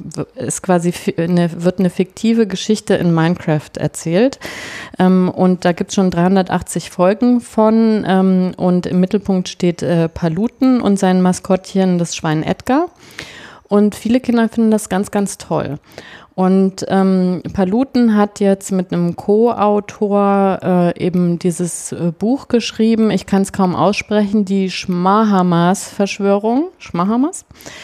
eine fiktive Geschichte in Minecraft erzählt und da gibt es schon 380 Folgen von und im Mittelpunkt steht Paluten und sein Maskottchen, das Schwein Edgar. Und viele Kinder finden das ganz, ganz toll. Und Paluten hat jetzt mit einem Co-Autor eben dieses Buch geschrieben. Ich kann es kaum aussprechen, die Schmahamas-Verschwörung. Schmahamas?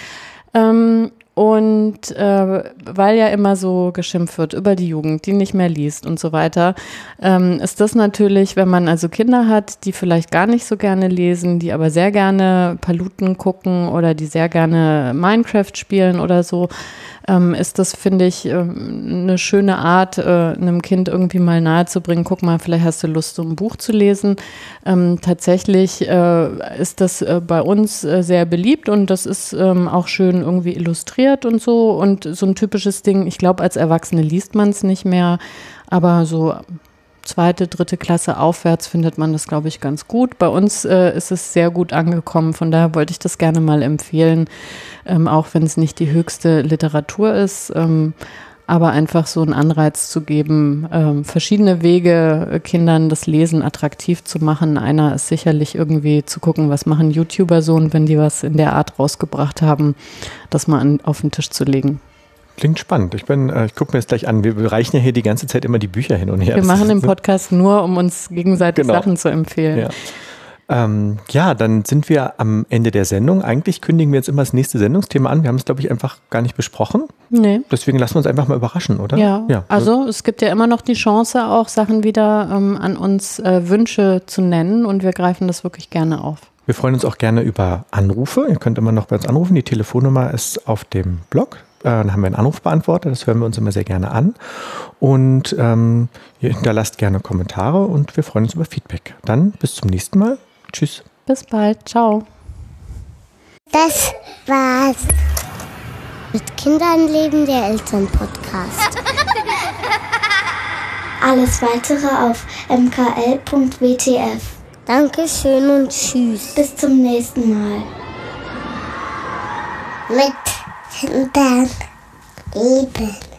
Weil ja immer so geschimpft wird über die Jugend, die nicht mehr liest und so weiter, ist das natürlich, wenn man also Kinder hat, die vielleicht gar nicht so gerne lesen, die aber sehr gerne Paluten gucken oder die sehr gerne Minecraft spielen oder so, ist das, finde ich, eine schöne Art, einem Kind irgendwie mal nahezubringen, guck mal, vielleicht hast du Lust, so ein Buch zu lesen. Tatsächlich ist das bei uns sehr beliebt und das ist auch schön irgendwie illustriert und so ein typisches Ding, ich glaube, als Erwachsene liest man es nicht mehr, aber so 2., 3. Klasse aufwärts findet man das, glaube ich, ganz gut. Bei uns ist es sehr gut angekommen, von daher wollte ich das gerne mal empfehlen, auch wenn es nicht die höchste Literatur ist, aber einfach so einen Anreiz zu geben, verschiedene Wege, Kindern das Lesen attraktiv zu machen. Einer ist sicherlich irgendwie zu gucken, was machen YouTuber so und wenn die was in der Art rausgebracht haben, das mal auf den Tisch zu legen. Klingt spannend. Ich gucke mir das gleich an. Wir reichen ja hier die ganze Zeit immer die Bücher hin und her. Wir machen den Podcast nur, um uns gegenseitig Sachen zu empfehlen. Ja. Dann sind wir am Ende der Sendung. Eigentlich kündigen wir jetzt immer das nächste Sendungsthema an. Wir haben es, glaube ich, einfach gar nicht besprochen. Nee. Deswegen lassen wir uns einfach mal überraschen, oder? Ja. Also es gibt ja immer noch die Chance, auch Sachen wieder an uns Wünsche zu nennen und wir greifen das wirklich gerne auf. Wir freuen uns auch gerne über Anrufe. Ihr könnt immer noch bei uns anrufen. Die Telefonnummer ist auf dem Blog. Dann haben wir einen Anrufbeantworter, das hören wir uns immer sehr gerne an. Und ihr hinterlasst gerne Kommentare und wir freuen uns über Feedback. Dann bis zum nächsten Mal. Tschüss. Bis bald. Ciao. Das war's. Mit Kindern leben, der Elternpodcast. Alles weitere auf mkl.wtf. Dankeschön und tschüss. Bis zum nächsten Mal. Mit Kindern leben.